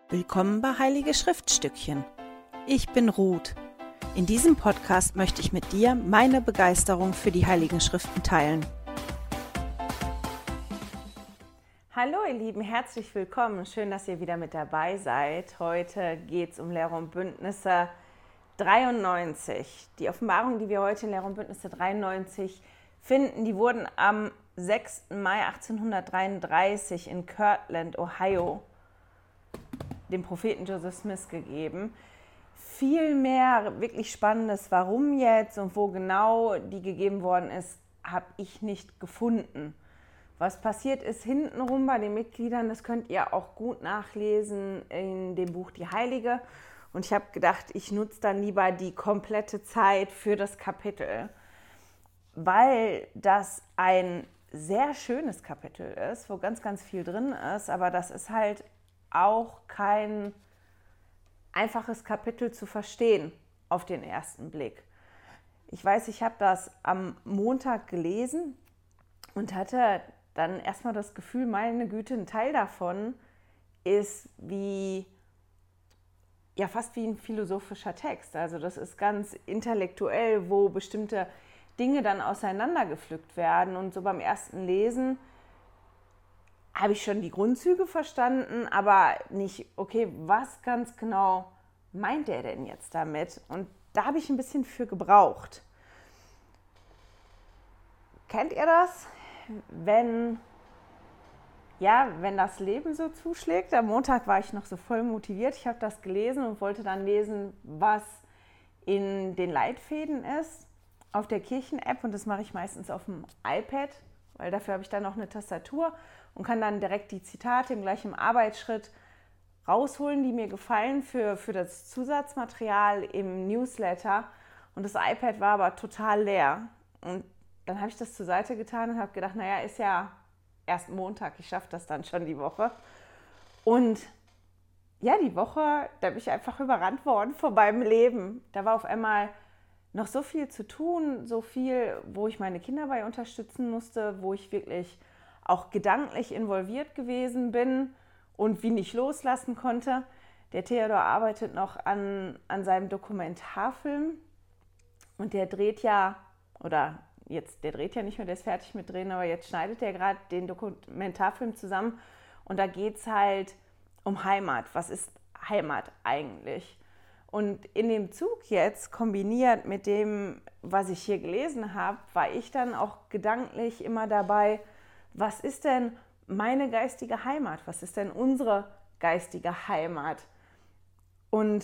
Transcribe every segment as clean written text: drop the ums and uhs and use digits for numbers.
Willkommen bei Heilige Schriftstückchen. Ich bin Ruth. In diesem Podcast möchte ich mit dir meine Begeisterung für die Heiligen Schriften teilen. Hallo ihr Lieben, herzlich willkommen. Schön, dass ihr wieder mit dabei seid. Heute geht es um Lehre und Bündnisse 93. Die Offenbarungen, die wir heute in Lehre und Bündnisse 93 finden, die wurden am 6. Mai 1833 in Kirtland, Ohio, dem Propheten Joseph Smith gegeben. Viel mehr wirklich Spannendes, warum jetzt und wo genau die gegeben worden ist, habe ich nicht gefunden. Was passiert ist hintenrum bei den Mitgliedern, das könnt ihr auch gut nachlesen in dem Buch Die Heilige. Und ich habe gedacht, ich nutze dann lieber die komplette Zeit für das Kapitel, weil das ein sehr schönes Kapitel ist, wo ganz, ganz viel drin ist, aber das ist halt auch kein einfaches Kapitel zu verstehen auf den ersten Blick. Ich weiß, ich habe das am Montag gelesen und hatte dann erstmal das Gefühl, meine Güte, ein Teil davon ist fast wie ein philosophischer Text. Also das ist ganz intellektuell, wo bestimmte Dinge dann auseinandergepflückt werden. Und so beim ersten Lesen habe ich schon die Grundzüge verstanden, aber nicht, okay, was ganz genau meint er denn jetzt damit? Und da habe ich ein bisschen für gebraucht. Kennt ihr das? Wenn das Leben so zuschlägt. Am Montag war ich noch so voll motiviert. Ich habe das gelesen und wollte dann lesen, was in den Leitfäden ist auf der Kirchen-App. Und das mache ich meistens auf dem iPad, weil dafür habe ich dann noch eine Tastatur und kann dann direkt die Zitate im gleichen Arbeitsschritt rausholen, die mir gefallen für das Zusatzmaterial im Newsletter. Und das iPad war aber total leer. Und dann habe ich das zur Seite getan und habe gedacht, naja, ist ja erst Montag, ich schaffe das dann schon die Woche. Und ja, die Woche, da bin ich einfach überrannt worden von meinem Leben. Da war auf einmal noch so viel zu tun, so viel, wo ich meine Kinder bei unterstützen musste, wo ich wirklich auch gedanklich involviert gewesen bin und wie nicht loslassen konnte. Der Theodor arbeitet noch an seinem Dokumentarfilm und der dreht ja nicht mehr, der ist fertig mit Drehen, aber jetzt schneidet er gerade den Dokumentarfilm zusammen und da geht es halt um Heimat. Was ist Heimat eigentlich? Und in dem Zug jetzt, kombiniert mit dem, was ich hier gelesen habe, war ich dann auch gedanklich immer dabei, was ist denn meine geistige Heimat? Was ist denn unsere geistige Heimat? Und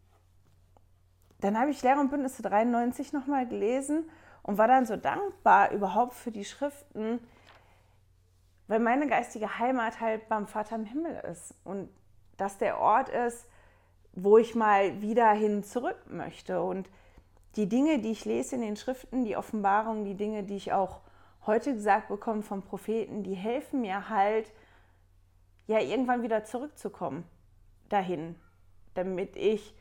dann habe ich Lehre und Bündnisse 93 nochmal gelesen und war dann so dankbar überhaupt für die Schriften, weil meine geistige Heimat halt beim Vater im Himmel ist und das der Ort ist, wo ich mal wieder hin zurück möchte. Und die Dinge, die ich lese in den Schriften, die Offenbarungen, die Dinge, die ich auch heute gesagt bekomme vom Propheten, die helfen mir halt, ja, irgendwann wieder zurückzukommen dahin, damit ich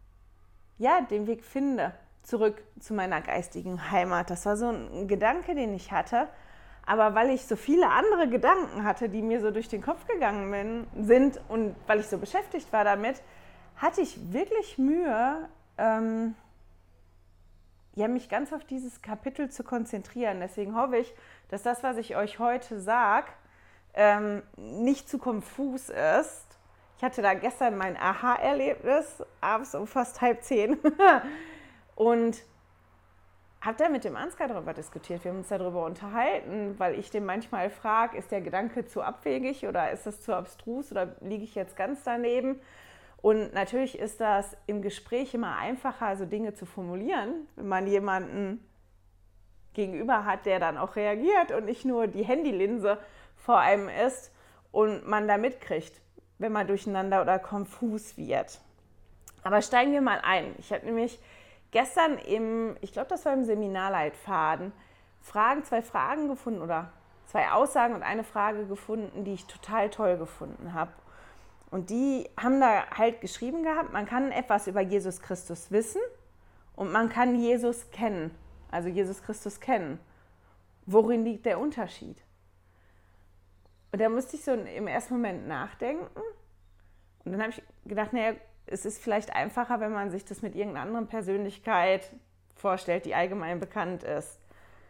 ja den Weg finde, zurück zu meiner geistigen Heimat. Das war so ein Gedanke, den ich hatte. Aber weil ich so viele andere Gedanken hatte, die mir so durch den Kopf gegangen sind und weil ich so beschäftigt war damit, hatte ich wirklich Mühe, mich ganz auf dieses Kapitel zu konzentrieren. Deswegen hoffe ich, dass das, was ich euch heute sage, nicht zu konfus ist. Ich hatte da gestern mein Aha-Erlebnis, abends um fast 9:30 und habe da mit dem Ansgar darüber diskutiert. Wir haben uns darüber unterhalten, weil ich den manchmal frage, ist der Gedanke zu abwegig oder ist das zu abstrus oder liege ich jetzt ganz daneben? Und natürlich ist das im Gespräch immer einfacher, so Dinge zu formulieren, wenn man jemanden gegenüber hat, der dann auch reagiert und nicht nur die Handylinse vor einem ist und man da mitkriegt, wenn man durcheinander oder konfus wird. Aber steigen wir mal ein. Ich habe nämlich gestern ich glaube, das war im Seminarleitfaden, zwei Fragen gefunden oder 2 Aussagen und eine Frage gefunden, die ich total toll gefunden habe. Und die haben da halt geschrieben gehabt, man kann etwas über Jesus Christus wissen und man kann Jesus kennen, also Jesus Christus kennen. Worin liegt der Unterschied? Und da musste ich so im ersten Moment nachdenken Und dann habe ich gedacht, naja, es ist vielleicht einfacher, wenn man sich das mit irgendeiner anderen Persönlichkeit vorstellt, die allgemein bekannt ist.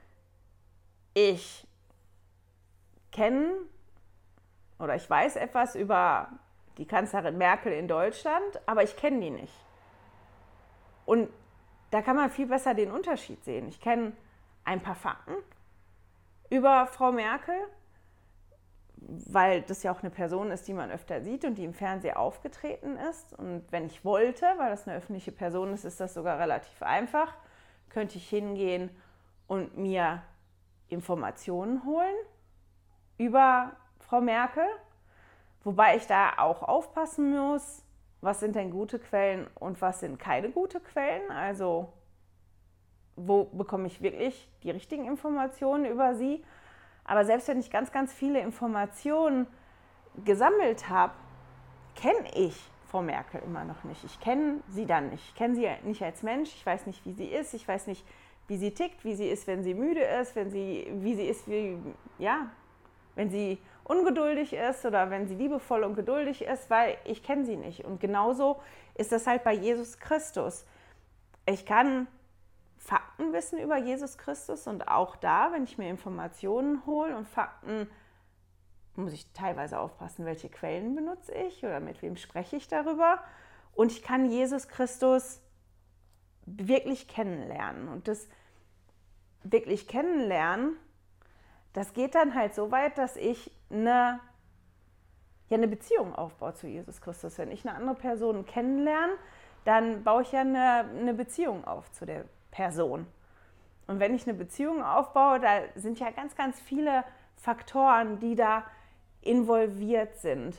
Ich kenne oder ich weiß etwas über die Kanzlerin Merkel in Deutschland, aber ich kenne die nicht. Und da kann man viel besser den Unterschied sehen. Ich kenne ein paar Fakten über Frau Merkel, weil das ja auch eine Person ist, die man öfter sieht und die im Fernsehen aufgetreten ist. Und wenn ich wollte, weil das eine öffentliche Person ist, ist das sogar relativ einfach, könnte ich hingehen und mir Informationen holen über Frau Merkel, wobei ich da auch aufpassen muss, was sind denn gute Quellen und was sind keine gute Quellen, also wo bekomme ich wirklich die richtigen Informationen über sie. Aber selbst wenn ich ganz, ganz viele Informationen gesammelt habe, kenne ich Frau Merkel immer noch nicht. Ich kenne sie dann nicht. Ich kenne sie nicht als Mensch, ich weiß nicht, wie sie ist, ich weiß nicht, wie sie tickt, wie sie ist, wenn sie müde ist, wenn sie ungeduldig ist oder wenn sie liebevoll und geduldig ist, weil ich kenne sie nicht. Und genauso ist das halt bei Jesus Christus. Ich kann Fakten wissen über Jesus Christus und auch da, wenn ich mir Informationen hole und Fakten, muss ich teilweise aufpassen, welche Quellen benutze ich oder mit wem spreche ich darüber. Und ich kann Jesus Christus wirklich kennenlernen. Und das wirklich kennenlernen, das geht dann halt so weit, dass ich eine Beziehung aufbaue zu Jesus Christus. Wenn ich eine andere Person kennenlerne, dann baue ich ja eine Beziehung auf zu der Person. Und wenn ich eine Beziehung aufbaue, da sind ja ganz, ganz viele Faktoren, die da involviert sind.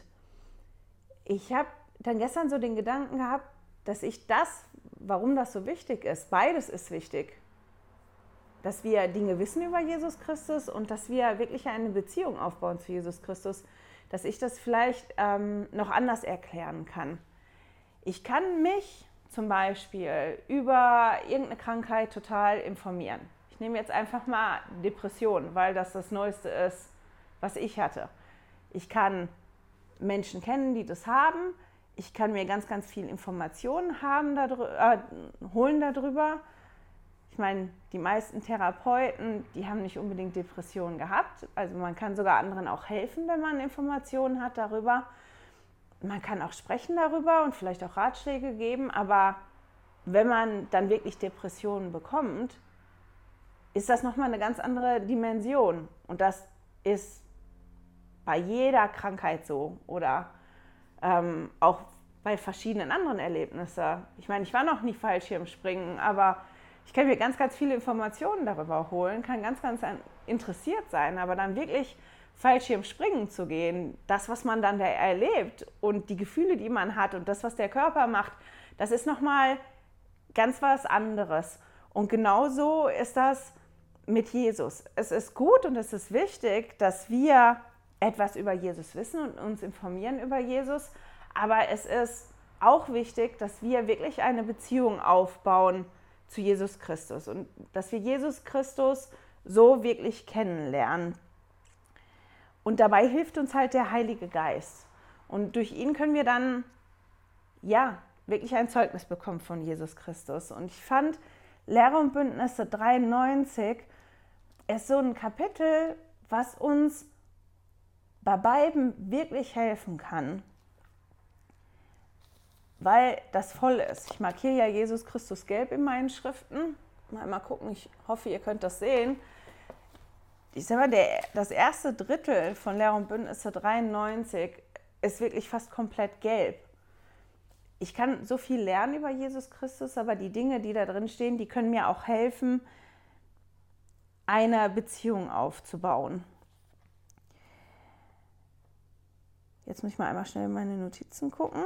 Ich habe dann gestern so den Gedanken gehabt, dass warum das so wichtig ist, beides ist wichtig. Dass wir Dinge wissen über Jesus Christus und dass wir wirklich eine Beziehung aufbauen zu Jesus Christus, dass ich das vielleicht noch anders erklären kann. Ich kann mich zum Beispiel über irgendeine Krankheit total informieren. Ich nehme jetzt einfach mal Depressionen, weil das Neueste ist, was ich hatte. Ich kann Menschen kennen, die das haben. Ich kann mir ganz, ganz viel Informationen holen darüber. Ich meine, die meisten Therapeuten, die haben nicht unbedingt Depressionen gehabt. Also man kann sogar anderen auch helfen, wenn man Informationen hat darüber. Man kann auch sprechen darüber und vielleicht auch Ratschläge geben, aber wenn man dann wirklich Depressionen bekommt, ist das nochmal eine ganz andere Dimension. Und das ist bei jeder Krankheit so oder auch bei verschiedenen anderen Erlebnissen. Ich meine, ich war noch nie Fallschirmspringen, aber ich kann mir ganz, ganz viele Informationen darüber holen, kann ganz, ganz interessiert sein, aber dann wirklich Fallschirmspringen zu gehen, das, was man dann da erlebt und die Gefühle, die man hat und das, was der Körper macht, das ist nochmal ganz was anderes. Und genauso ist das mit Jesus. Es ist gut und es ist wichtig, dass wir etwas über Jesus wissen und uns informieren über Jesus, aber es ist auch wichtig, dass wir wirklich eine Beziehung aufbauen zu Jesus Christus und dass wir Jesus Christus so wirklich kennenlernen. Und dabei hilft uns halt der Heilige Geist. Und durch ihn können wir dann, wirklich ein Zeugnis bekommen von Jesus Christus. Und ich fand, Lehre und Bündnisse 93 ist so ein Kapitel, was uns bei beiden wirklich helfen kann. Weil das voll ist. Ich markiere ja Jesus Christus gelb in meinen Schriften. Mal gucken, ich hoffe, ihr könnt das sehen. Ich sage mal, das erste Drittel von Lehre und Bündnisse 93 ist wirklich fast komplett gelb. Ich kann so viel lernen über Jesus Christus, aber die Dinge, die da drin stehen, die können mir auch helfen, eine Beziehung aufzubauen. Jetzt muss ich mal einmal schnell in meine Notizen gucken.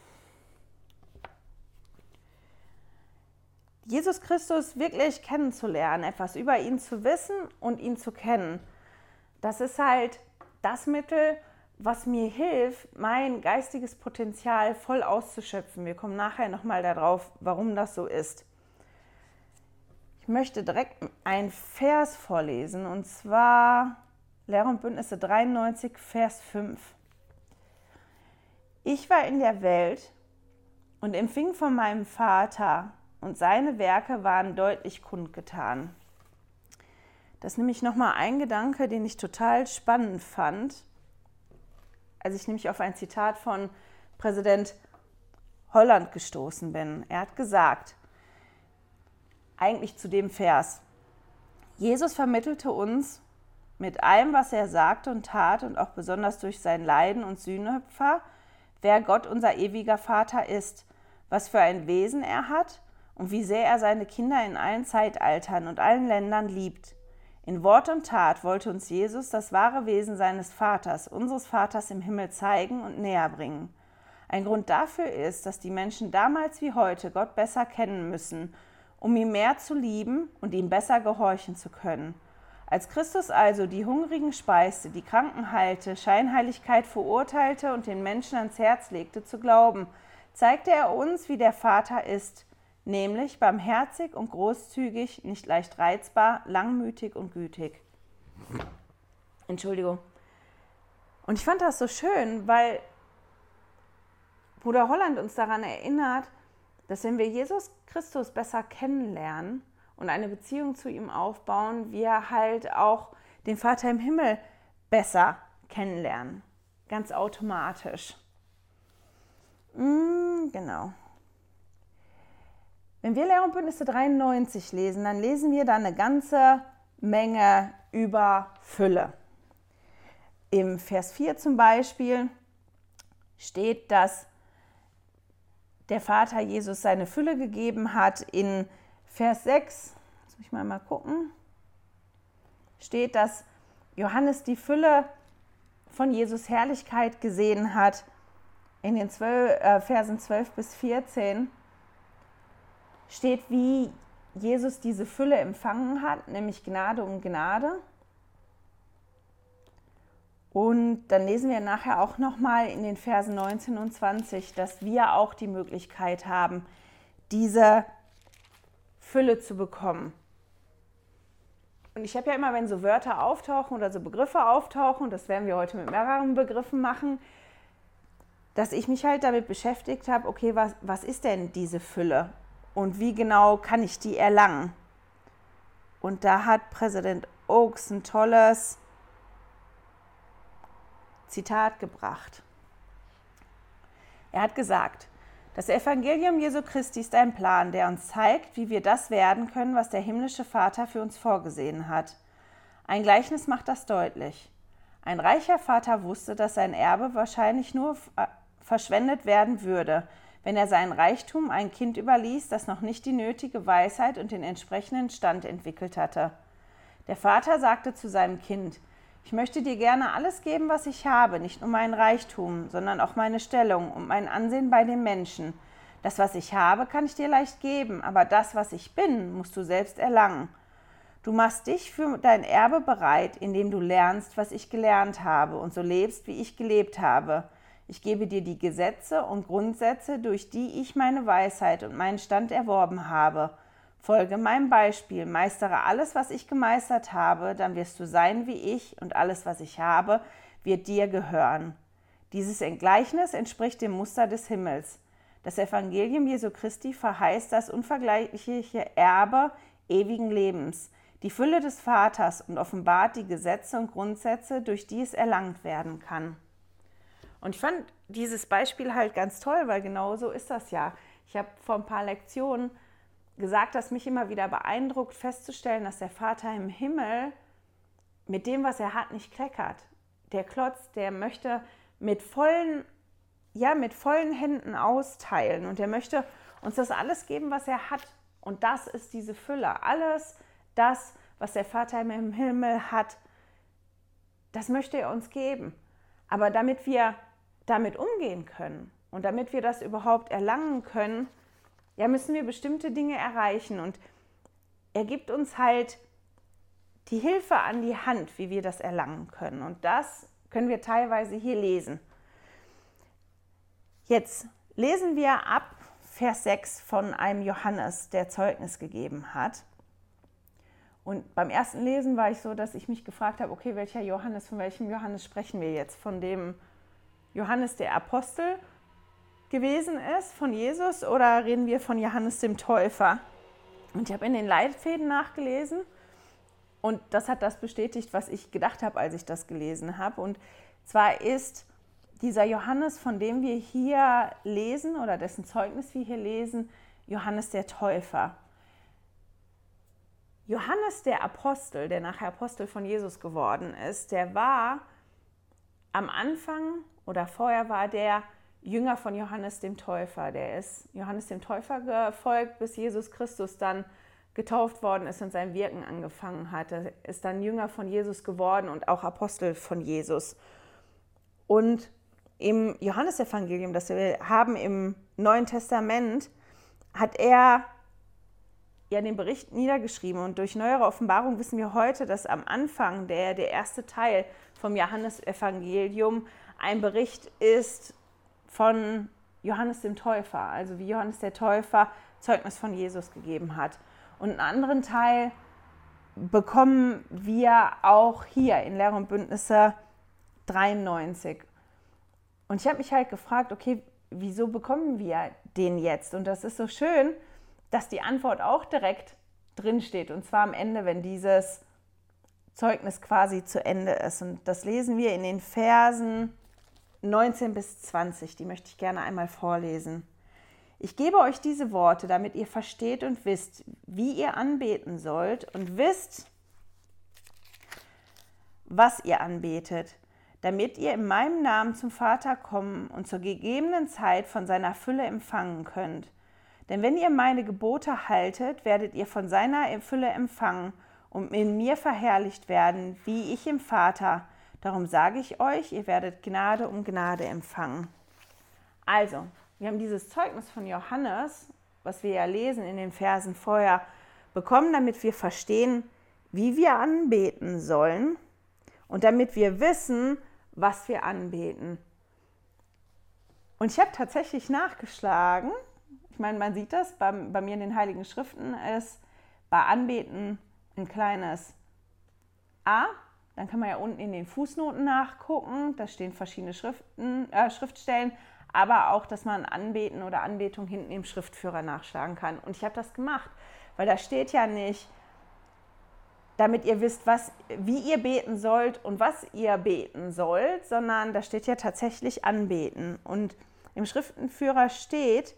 Jesus Christus wirklich kennenzulernen, etwas über ihn zu wissen und ihn zu kennen, das ist halt das Mittel, was mir hilft, mein geistiges Potenzial voll auszuschöpfen. Wir kommen nachher nochmal darauf, warum das so ist. Ich möchte direkt einen Vers vorlesen, und zwar Lehre und Bündnisse 93, Vers 5. Ich war in der Welt und empfing von meinem Vater, und seine Werke waren deutlich kundgetan. Das ist nämlich nochmal ein Gedanke, den ich total spannend fand, als ich nämlich auf ein Zitat von Präsident Holland gestoßen bin. Er hat gesagt, eigentlich zu dem Vers, Jesus vermittelte uns mit allem, was er sagte und tat und auch besonders durch sein Leiden und Sühneopfer, wer Gott, unser ewiger Vater, ist, was für ein Wesen er hat und wie sehr er seine Kinder in allen Zeitaltern und allen Ländern liebt. In Wort und Tat wollte uns Jesus das wahre Wesen seines Vaters, unseres Vaters im Himmel zeigen und näher bringen. Ein Grund dafür ist, dass die Menschen damals wie heute Gott besser kennen müssen, um ihn mehr zu lieben und ihm besser gehorchen zu können. Als Christus also die Hungrigen speiste, die Kranken heilte, Scheinheiligkeit verurteilte und den Menschen ans Herz legte zu glauben, zeigte er uns, wie der Vater ist, nämlich barmherzig und großzügig, nicht leicht reizbar, langmütig und gütig. Entschuldigung. Und ich fand das so schön, weil Bruder Holland uns daran erinnert, dass wenn wir Jesus Christus besser kennenlernen und eine Beziehung zu ihm aufbauen, wir halt auch den Vater im Himmel besser kennenlernen. Ganz automatisch. Genau. Wenn wir Lehre und Bündnisse 93 lesen, dann lesen wir da eine ganze Menge über Fülle. Im Vers 4 zum Beispiel steht, dass der Vater Jesus seine Fülle gegeben hat. In Vers 6, jetzt muss ich mal gucken, steht, dass Johannes die Fülle von Jesus Herrlichkeit gesehen hat. In den Versen 12 bis 14 steht, wie Jesus diese Fülle empfangen hat, nämlich Gnade um Gnade. Und dann lesen wir nachher auch nochmal in den Versen 19 und 20, dass wir auch die Möglichkeit haben, diese Fülle zu bekommen. Und ich habe ja immer, wenn so Wörter auftauchen oder so Begriffe auftauchen, das werden wir heute mit mehreren Begriffen machen, dass ich mich halt damit beschäftigt habe, okay, was ist denn diese Fülle und wie genau kann ich die erlangen? Und da hat Präsident Oakes ein tolles Zitat gebracht. Er hat gesagt, das Evangelium Jesu Christi ist ein Plan, der uns zeigt, wie wir das werden können, was der himmlische Vater für uns vorgesehen hat. Ein Gleichnis macht das deutlich. Ein reicher Vater wusste, dass sein Erbe wahrscheinlich nur verschwendet werden würde, wenn er sein Reichtum ein Kind überließ, das noch nicht die nötige Weisheit und den entsprechenden Stand entwickelt hatte. Der Vater sagte zu seinem Kind, ich möchte dir gerne alles geben, was ich habe, nicht nur meinen Reichtum, sondern auch meine Stellung und mein Ansehen bei den Menschen. Das, was ich habe, kann ich dir leicht geben, aber das, was ich bin, musst du selbst erlangen. Du machst dich für dein Erbe bereit, indem du lernst, was ich gelernt habe und so lebst, wie ich gelebt habe. Ich gebe dir die Gesetze und Grundsätze, durch die ich meine Weisheit und meinen Stand erworben habe. Folge meinem Beispiel, meistere alles, was ich gemeistert habe, dann wirst du sein wie ich und alles, was ich habe, wird dir gehören. Dieses Gleichnis entspricht dem Muster des Himmels. Das Evangelium Jesu Christi verheißt das unvergleichliche Erbe ewigen Lebens, die Fülle des Vaters und offenbart die Gesetze und Grundsätze, durch die es erlangt werden kann. Und ich fand dieses Beispiel halt ganz toll, weil genau so ist das ja. Ich habe vor ein paar Lektionen gesagt, dass mich immer wieder beeindruckt, festzustellen, dass der Vater im Himmel mit dem, was er hat, nicht kleckert. Der Klotz, der möchte mit vollen Händen austeilen und der möchte uns das alles geben, was er hat. Und das ist diese Fülle. Alles das, was der Vater im Himmel hat, das möchte er uns geben. Aber damit wir damit umgehen können und damit wir das überhaupt erlangen können, ja, müssen wir bestimmte Dinge erreichen. Und er gibt uns halt die Hilfe an die Hand, wie wir das erlangen können. Und das können wir teilweise hier lesen. Jetzt lesen wir ab Vers 6 von einem Johannes, der Zeugnis gegeben hat. Und beim ersten Lesen war ich so, dass ich mich gefragt habe, okay, von welchem Johannes sprechen wir jetzt? Von dem Johannes der Apostel gewesen ist von Jesus oder reden wir von Johannes dem Täufer? Und ich habe in den Leitfäden nachgelesen und das hat das bestätigt, was ich gedacht habe, als ich das gelesen habe. Und zwar ist dieser Johannes, von dem wir hier lesen oder dessen Zeugnis wir hier lesen, Johannes der Täufer. Johannes der Apostel, der nachher Apostel von Jesus geworden ist, der war am Anfang oder vorher war der Jünger von Johannes dem Täufer. Der ist Johannes dem Täufer gefolgt, bis Jesus Christus dann getauft worden ist und sein Wirken angefangen hat. Er ist dann Jünger von Jesus geworden und auch Apostel von Jesus. Und im Johannesevangelium, das wir haben im Neuen Testament, hat er ja den Bericht niedergeschrieben. Und durch neuere Offenbarung wissen wir heute, dass am Anfang der erste Teil vom Johannesevangelium ein Bericht ist von Johannes dem Täufer, also wie Johannes der Täufer Zeugnis von Jesus gegeben hat. Und einen anderen Teil bekommen wir auch hier in Lehre und Bündnisse 93. Und ich habe mich halt gefragt, okay, wieso bekommen wir den jetzt? Und das ist so schön, dass die Antwort auch direkt drinsteht. Und zwar am Ende, wenn dieses Zeugnis quasi zu Ende ist. Und das lesen wir in den Versen 19 bis 20. Die möchte ich gerne einmal vorlesen. Ich gebe euch diese Worte, damit ihr versteht und wisst, wie ihr anbeten sollt und wisst, was ihr anbetet, damit ihr in meinem Namen zum Vater kommen und zur gegebenen Zeit von seiner Fülle empfangen könnt. Denn wenn ihr meine Gebote haltet, werdet ihr von seiner Fülle empfangen und in mir verherrlicht werden, wie ich im Vater. Darum sage ich euch, ihr werdet Gnade um Gnade empfangen. Also, wir haben dieses Zeugnis von Johannes, was wir ja lesen in den Versen vorher, bekommen, damit wir verstehen, wie wir anbeten sollen und damit wir wissen, was wir anbeten. Und ich habe tatsächlich nachgeschlagen, ich meine, man sieht das, bei mir in den Heiligen Schriften ist bei Anbeten ein kleines A, dann kann man ja unten in den Fußnoten nachgucken, da stehen verschiedene Schriftstellen, aber auch, dass man Anbeten oder Anbetung hinten im Schriftführer nachschlagen kann. Und ich habe das gemacht, weil da steht ja nicht, damit ihr wisst, wie ihr beten sollt und was ihr beten sollt, sondern da steht ja tatsächlich Anbeten. Und im Schriftführer steht,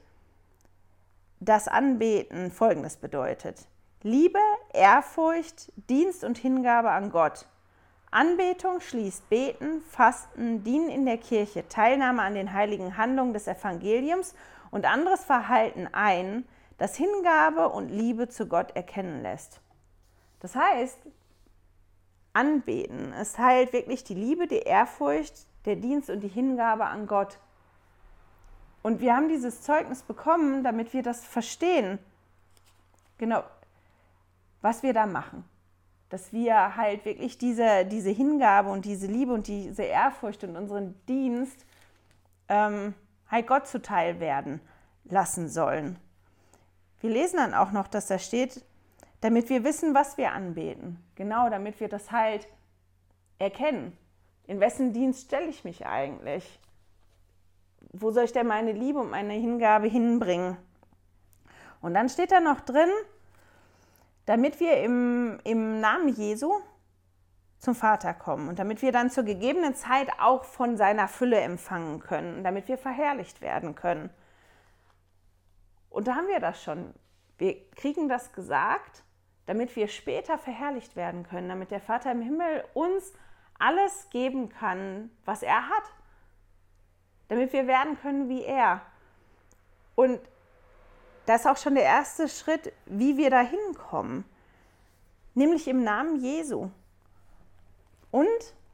dass Anbeten Folgendes bedeutet: Liebe, Ehrfurcht, Dienst und Hingabe an Gott. Anbetung schließt Beten, Fasten, Dienen in der Kirche, Teilnahme an den heiligen Handlungen des Evangeliums und anderes Verhalten ein, das Hingabe und Liebe zu Gott erkennen lässt. Das heißt, Anbeten ist halt wirklich die Liebe, die Ehrfurcht, der Dienst und die Hingabe an Gott. Und wir haben dieses Zeugnis bekommen, damit wir das verstehen, genau, was wir da machen. Dass wir halt wirklich diese Hingabe und diese Liebe und diese Ehrfurcht und unseren Dienst halt Gott zuteil werden lassen sollen. Wir lesen dann auch noch, dass da steht, damit wir wissen, was wir anbeten. Genau, damit wir das halt erkennen. In wessen Dienst stelle ich mich eigentlich? Wo soll ich denn meine Liebe und meine Hingabe hinbringen? Und dann steht da noch drin, damit wir im Namen Jesu zum Vater kommen und damit wir dann zur gegebenen Zeit auch von seiner Fülle empfangen können, damit wir verherrlicht werden können. Und da haben wir das schon. Wir kriegen das gesagt, damit wir später verherrlicht werden können, damit der Vater im Himmel uns alles geben kann, was er hat, damit wir werden können wie er. Und das ist auch schon der erste Schritt, wie wir da hinkommen, nämlich im Namen Jesu und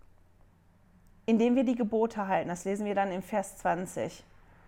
indem wir die Gebote halten. Das lesen wir dann im Vers 20.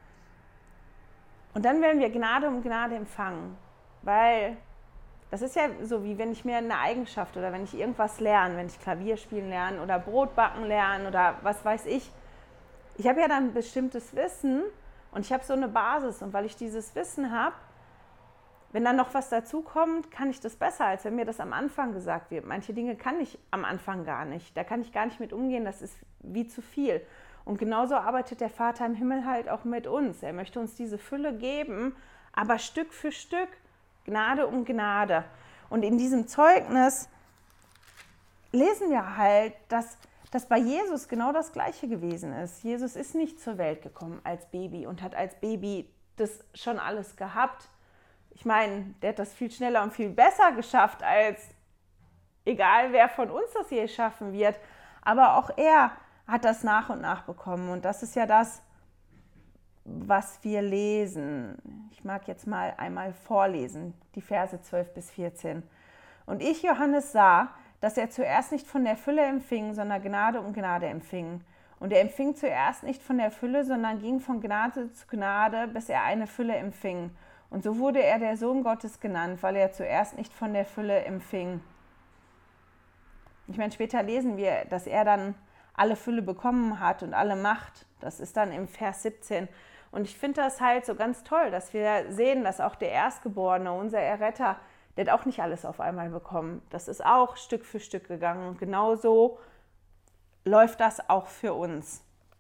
Und dann werden wir Gnade um Gnade empfangen, weil das ist ja so, wie wenn ich mir eine Eigenschaft oder wenn ich irgendwas lerne, wenn ich Klavier spielen lerne oder Brot backen lerne oder was weiß ich. Ich habe ja dann ein bestimmtes Wissen und ich habe so eine Basis und weil ich dieses Wissen habe, wenn dann noch was dazukommt, kann ich das besser, als wenn mir das am Anfang gesagt wird. Manche Dinge kann ich am Anfang gar nicht. Da kann ich gar nicht mit umgehen, das ist wie zu viel. Und genauso arbeitet der Vater im Himmel halt auch mit uns. Er möchte uns diese Fülle geben, aber Stück für Stück, Gnade um Gnade. Und in diesem Zeugnis lesen wir halt, dass bei Jesus genau das Gleiche gewesen ist. Jesus ist nicht zur Welt gekommen als Baby und hat als Baby das schon alles gehabt. Ich meine, der hat das viel schneller und viel besser geschafft, als egal wer von uns das je schaffen wird. Aber auch er hat das nach und nach bekommen. Und das ist ja das, was wir lesen. Ich mag jetzt mal einmal vorlesen, die Verse 12 bis 14. Und ich, Johannes, sah, dass er zuerst nicht von der Fülle empfing, sondern Gnade um Gnade empfing. Und er empfing zuerst nicht von der Fülle, sondern ging von Gnade zu Gnade, bis er eine Fülle empfing. Und so wurde er der Sohn Gottes genannt, weil er zuerst nicht von der Fülle empfing. Ich meine, später lesen wir, dass er dann alle Fülle bekommen hat und alle Macht. Das ist dann im Vers 17. Und ich finde das halt so ganz toll, dass wir sehen, dass auch der Erstgeborene, unser Erretter, der hat auch nicht alles auf einmal bekommen. Das ist auch Stück für Stück gegangen. Und genauso läuft das auch für uns.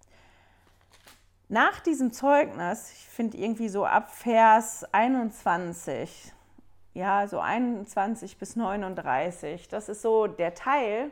Nach diesem Zeugnis, ich finde irgendwie so ab Vers 21, ja, so 21 bis 39, das ist so der Teil,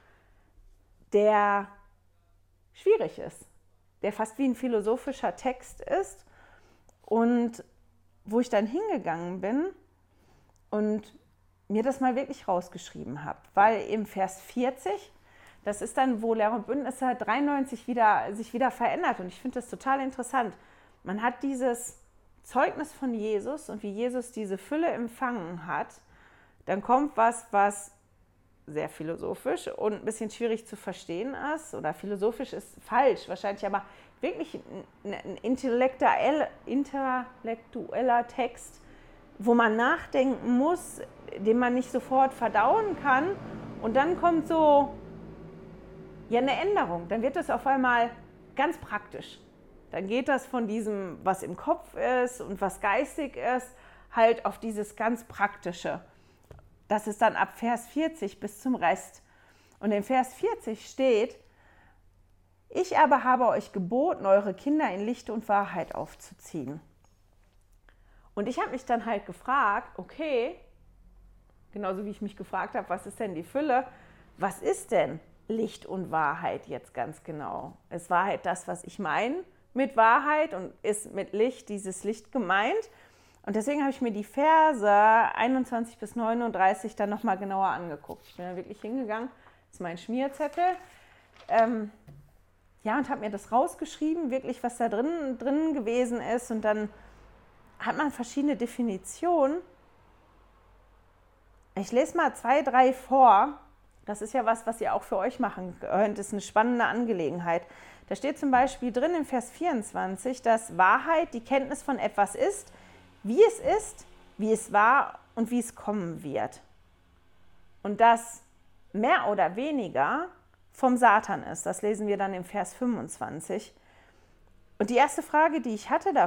der schwierig ist, der fast wie ein philosophischer Text ist und wo ich dann hingegangen bin und mir das mal wirklich rausgeschrieben habe, weil im Vers 40, das ist dann, wo Lehre und Bündnisse 93 sich wieder verändert. Und ich finde das total interessant. Man hat dieses Zeugnis von Jesus und wie Jesus diese Fülle empfangen hat. Dann kommt was sehr philosophisch und ein bisschen schwierig zu verstehen ist. Oder philosophisch ist falsch wahrscheinlich, aber wirklich ein intellektueller Text, wo man nachdenken muss, den man nicht sofort verdauen kann. Und dann kommt so eine Änderung. Dann wird es auf einmal ganz praktisch. Dann geht das von diesem, was im Kopf ist und was geistig ist, halt auf dieses ganz Praktische. Das ist dann ab Vers 40 bis zum Rest. Und in Vers 40 steht, ich aber habe euch geboten, eure Kinder in Licht und Wahrheit aufzuziehen. Und ich habe mich dann halt gefragt, okay, genauso wie ich mich gefragt habe, was ist denn die Fülle? Was ist denn Licht und Wahrheit jetzt ganz genau? Es war halt das, was ich meine mit Wahrheit und ist mit Licht dieses Licht gemeint. Und deswegen habe ich mir die Verse 21 bis 39 dann nochmal genauer angeguckt. Ich bin da wirklich hingegangen, das ist mein Schmierzettel, und habe mir das rausgeschrieben, wirklich was da drin gewesen ist. Und dann hat man verschiedene Definitionen. Ich lese mal 2, 3 vor. Das ist ja was ihr auch für euch machen könnt. Das ist eine spannende Angelegenheit. Da steht zum Beispiel drin im Vers 24, dass Wahrheit die Kenntnis von etwas ist, wie es war und wie es kommen wird. Und das mehr oder weniger vom Satan ist. Das lesen wir dann im Vers 25. Und die erste Frage, die ich hatte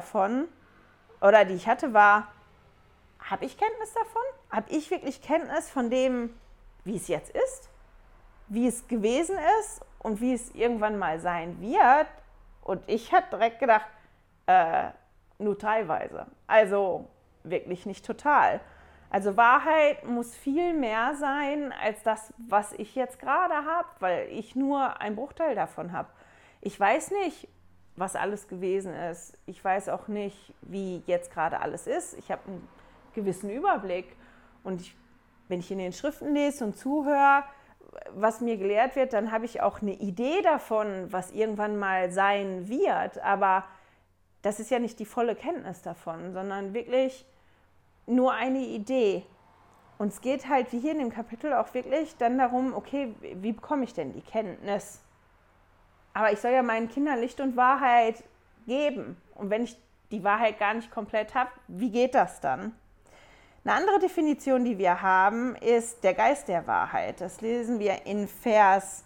war, habe ich Kenntnis davon? Habe ich wirklich Kenntnis von dem, wie es jetzt ist, wie es gewesen ist und wie es irgendwann mal sein wird? Und ich habe direkt gedacht, nur teilweise. Also wirklich nicht total. Also Wahrheit muss viel mehr sein als das, was ich jetzt gerade habe, weil ich nur einen Bruchteil davon habe. Ich weiß nicht, was alles gewesen ist. Ich weiß auch nicht, wie jetzt gerade alles ist. Ich habe einen gewissen Überblick. Und wenn ich in den Schriften lese und zuhöre, was mir gelehrt wird, dann habe ich auch eine Idee davon, was irgendwann mal sein wird. Aber das ist ja nicht die volle Kenntnis davon, sondern wirklich nur eine Idee. Und es geht halt, wie hier in dem Kapitel, auch wirklich dann darum, okay, wie bekomme ich denn die Kenntnis? Aber ich soll ja meinen Kindern Licht und Wahrheit geben. Und wenn ich die Wahrheit gar nicht komplett habe, wie geht das dann? Eine andere Definition, die wir haben, ist der Geist der Wahrheit. Das lesen wir in Vers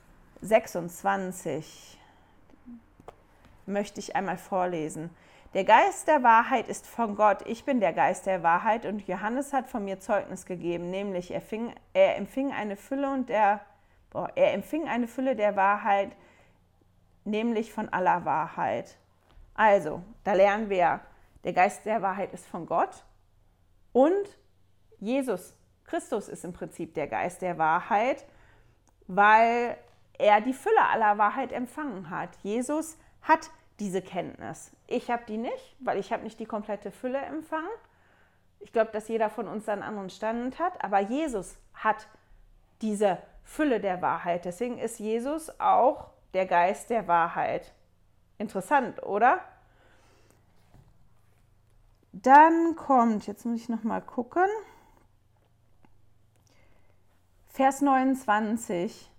26. Möchte ich einmal vorlesen. Der Geist der Wahrheit ist von Gott. Ich bin der Geist der Wahrheit und Johannes hat von mir Zeugnis gegeben, nämlich er empfing eine Fülle der Wahrheit, nämlich von aller Wahrheit. Also, da lernen wir, der Geist der Wahrheit ist von Gott und Jesus Christus ist im Prinzip der Geist der Wahrheit, weil er die Fülle aller Wahrheit empfangen hat. Jesus hat diese Kenntnis. Ich habe die nicht, weil ich habe nicht die komplette Fülle empfangen. Ich glaube, dass jeder von uns einen anderen Stand hat, aber Jesus hat diese Fülle der Wahrheit. Deswegen ist Jesus auch der Geist der Wahrheit. Interessant, oder? Dann kommt, jetzt muss ich noch mal gucken, Vers 29.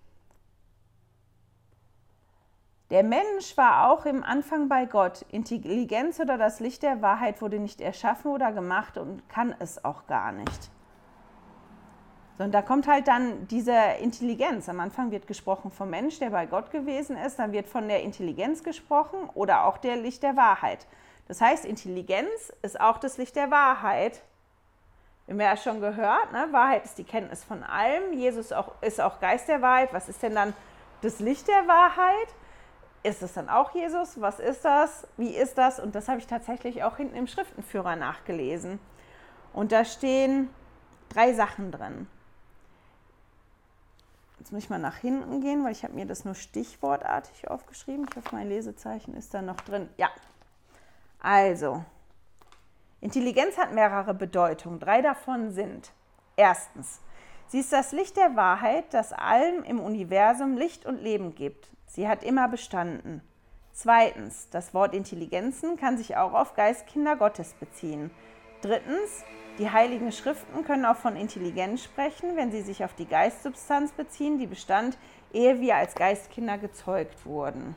Der Mensch war auch im Anfang bei Gott. Intelligenz oder das Licht der Wahrheit wurde nicht erschaffen oder gemacht und kann es auch gar nicht. So, und da kommt halt dann diese Intelligenz. Am Anfang wird gesprochen vom Mensch, der bei Gott gewesen ist. Dann wird von der Intelligenz gesprochen oder auch der Licht der Wahrheit. Das heißt, Intelligenz ist auch das Licht der Wahrheit. Wir haben ja schon gehört, ne? Wahrheit ist die Kenntnis von allem. Jesus ist auch Geist der Wahrheit. Was ist denn dann das Licht der Wahrheit? Ist es dann auch Jesus? Was ist das? Wie ist das? Und das habe ich tatsächlich auch hinten im Schriftenführer nachgelesen. Und da stehen 3 Sachen drin. Jetzt muss ich mal nach hinten gehen, weil ich habe mir das nur stichwortartig aufgeschrieben. Ich hoffe, mein Lesezeichen ist da noch drin. Ja, also, Intelligenz hat mehrere Bedeutungen. 3 davon sind: Erstens, sie ist das Licht der Wahrheit, das allem im Universum Licht und Leben gibt. Sie hat immer bestanden. Zweitens, das Wort Intelligenzen kann sich auch auf Geistkinder Gottes beziehen. Drittens, die Heiligen Schriften können auch von Intelligenz sprechen, wenn sie sich auf die Geistsubstanz beziehen, die bestand, ehe wir als Geistkinder gezeugt wurden.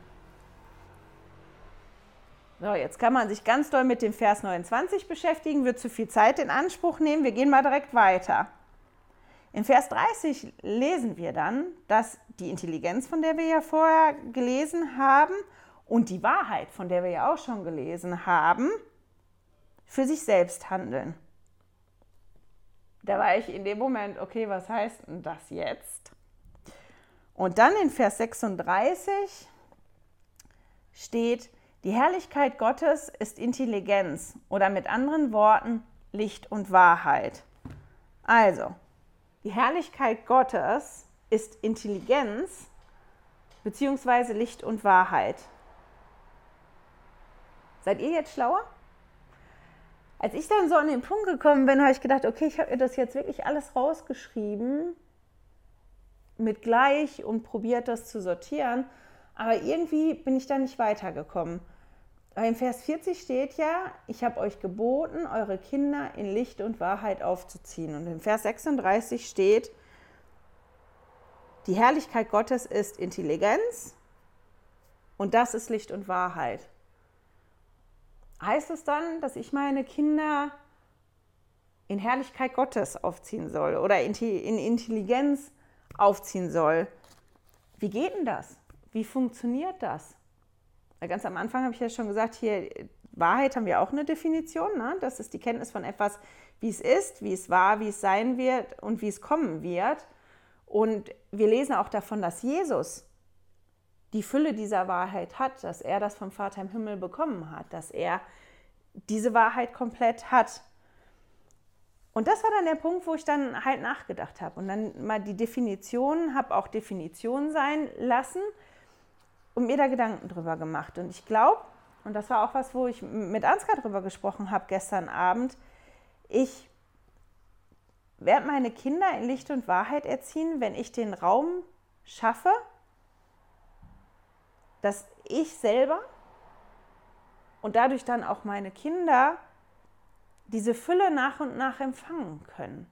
So, jetzt kann man sich ganz doll mit dem Vers 29 beschäftigen, wird zu viel Zeit in Anspruch nehmen. Wir gehen mal direkt weiter. In Vers 30 lesen wir dann, dass die Intelligenz, von der wir ja vorher gelesen haben, und die Wahrheit, von der wir ja auch schon gelesen haben, für sich selbst handeln. Da war ich in dem Moment, okay, was heißt denn das jetzt? Und dann in Vers 36 steht, die Herrlichkeit Gottes ist Intelligenz oder mit anderen Worten Licht und Wahrheit. Also, die Herrlichkeit Gottes ist Intelligenz bzw. Licht und Wahrheit. Seid ihr jetzt schlauer? Als ich dann so an den Punkt gekommen bin, habe ich gedacht, okay, ich habe mir das jetzt wirklich alles rausgeschrieben mit gleich und probiert das zu sortieren, aber irgendwie bin ich da nicht weitergekommen. Weil in Vers 40 steht ja, ich habe euch geboten, eure Kinder in Licht und Wahrheit aufzuziehen. Und in Vers 36 steht, die Herrlichkeit Gottes ist Intelligenz und das ist Licht und Wahrheit. Heißt es dann, dass ich meine Kinder in Herrlichkeit Gottes aufziehen soll oder in Intelligenz aufziehen soll? Wie geht denn das? Wie funktioniert das? Ganz am Anfang habe ich ja schon gesagt, hier Wahrheit haben wir auch eine Definition. Ne? Das ist die Kenntnis von etwas, wie es ist, wie es war, wie es sein wird und wie es kommen wird. Und wir lesen auch davon, dass Jesus die Fülle dieser Wahrheit hat, dass er das vom Vater im Himmel bekommen hat, dass er diese Wahrheit komplett hat. Und das war dann der Punkt, wo ich dann halt nachgedacht habe und dann mal die Definition, habe auch Definition sein lassen und mir da Gedanken drüber gemacht. Und ich glaube, und das war auch was, wo ich mit Ansgar drüber gesprochen habe gestern Abend, ich werde meine Kinder in Licht und Wahrheit erziehen, wenn ich den Raum schaffe, dass ich selber und dadurch dann auch meine Kinder diese Fülle nach und nach empfangen können.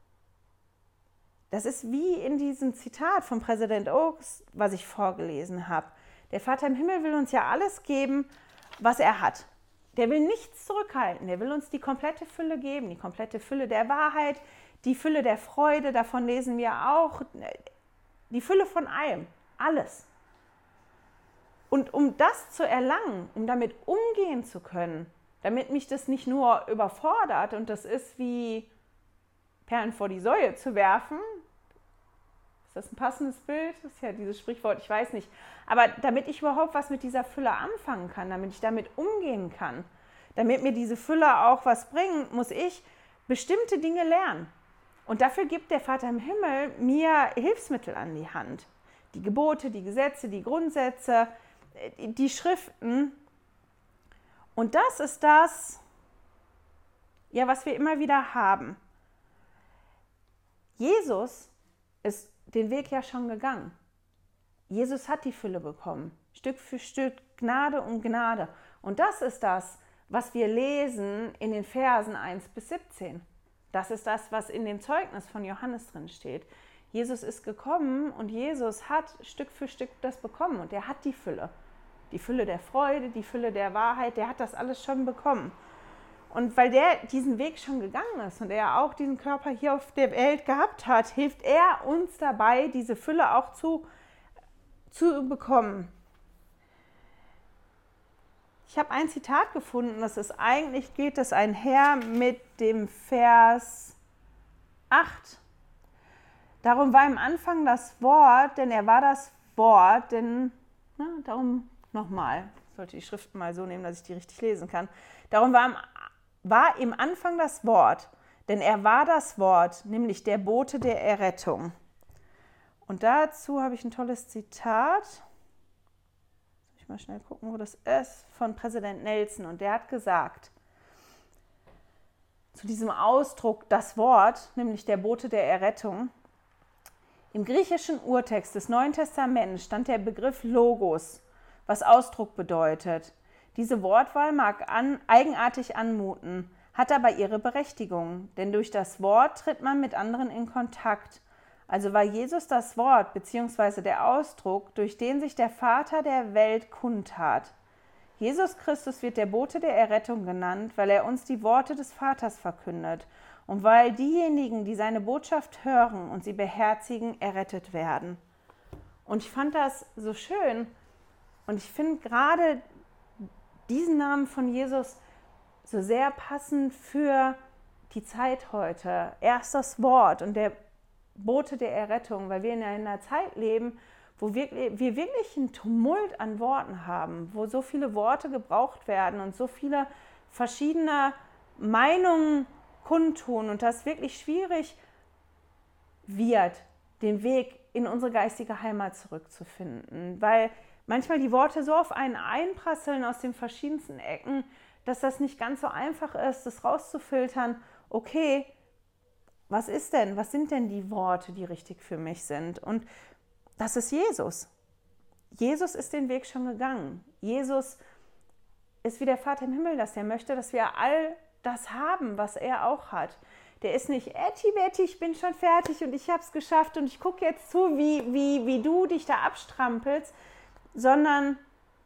Das ist wie in diesem Zitat von Präsident Oaks, was ich vorgelesen habe. Der Vater im Himmel will uns ja alles geben, was er hat. Der will nichts zurückhalten. Der will uns die komplette Fülle geben, die komplette Fülle der Wahrheit, die Fülle der Freude, davon lesen wir auch. Die Fülle von allem, alles. Und um das zu erlangen, um damit umgehen zu können, damit mich das nicht nur überfordert und das ist wie Perlen vor die Säue zu werfen, Ist das ein passendes Bild? Das ist ja dieses Sprichwort, ich weiß nicht. Aber damit ich überhaupt was mit dieser Fülle anfangen kann, damit ich damit umgehen kann, damit mir diese Fülle auch was bringt, muss ich bestimmte Dinge lernen. Und dafür gibt der Vater im Himmel mir Hilfsmittel an die Hand. Die Gebote, die Gesetze, die Grundsätze, die Schriften. Und das ist das, ja, was wir immer wieder haben. Jesus ist den Weg ja schon gegangen. Jesus hat die Fülle bekommen, Stück für Stück, Gnade um Gnade. Und das ist das, was wir lesen in den Versen 1 bis 17. Das ist das, was in dem Zeugnis von Johannes drin steht. Jesus ist gekommen und Jesus hat Stück für Stück das bekommen und er hat die Fülle. Die Fülle der Freude, die Fülle der Wahrheit, der hat das alles schon bekommen. Und weil der diesen Weg schon gegangen ist und er auch diesen Körper hier auf der Welt gehabt hat, hilft er uns dabei, diese Fülle auch zu bekommen. Ich habe ein Zitat gefunden, das ist eigentlich, geht das einher mit dem Vers 8. Darum war im Anfang das Wort, denn er war das Wort, denn, darum nochmal, ich sollte die Schriften mal so nehmen, dass ich die richtig lesen kann. Darum war im Anfang das Wort, denn er war das Wort, nämlich der Bote der Errettung. Und dazu habe ich ein tolles Zitat. Soll ich mal schnell gucken, wo das ist, von Präsident Nelson. Und der hat gesagt, zu diesem Ausdruck das Wort, nämlich der Bote der Errettung, im griechischen Urtext des Neuen Testaments stand der Begriff Logos, was Ausdruck bedeutet. Diese Wortwahl mag eigenartig anmuten, hat aber ihre Berechtigung, denn durch das Wort tritt man mit anderen in Kontakt. Also war Jesus das Wort bzw. der Ausdruck, durch den sich der Vater der Welt kundtat. Jesus Christus wird der Bote der Errettung genannt, weil er uns die Worte des Vaters verkündet und weil diejenigen, die seine Botschaft hören und sie beherzigen, errettet werden. Und ich fand das so schön und ich finde gerade diesen Namen von Jesus so sehr passend für die Zeit heute. Er ist das Wort und der Bote der Errettung, weil wir in einer Zeit leben, wo wir wirklich einen Tumult an Worten haben, wo so viele Worte gebraucht werden und so viele verschiedene Meinungen kundtun und das wirklich schwierig wird, den Weg in unsere geistige Heimat zurückzufinden, weil manchmal die Worte so auf einen einprasseln aus den verschiedensten Ecken, dass das nicht ganz so einfach ist, das rauszufiltern. Okay, was sind denn die Worte, die richtig für mich sind? Und das ist Jesus. Jesus ist den Weg schon gegangen. Jesus ist wie der Vater im Himmel, dass er möchte, dass wir all das haben, was er auch hat. Der ist nicht, Betty, ich bin schon fertig und ich habe es geschafft und ich gucke jetzt zu, wie du dich da abstrampelst, sondern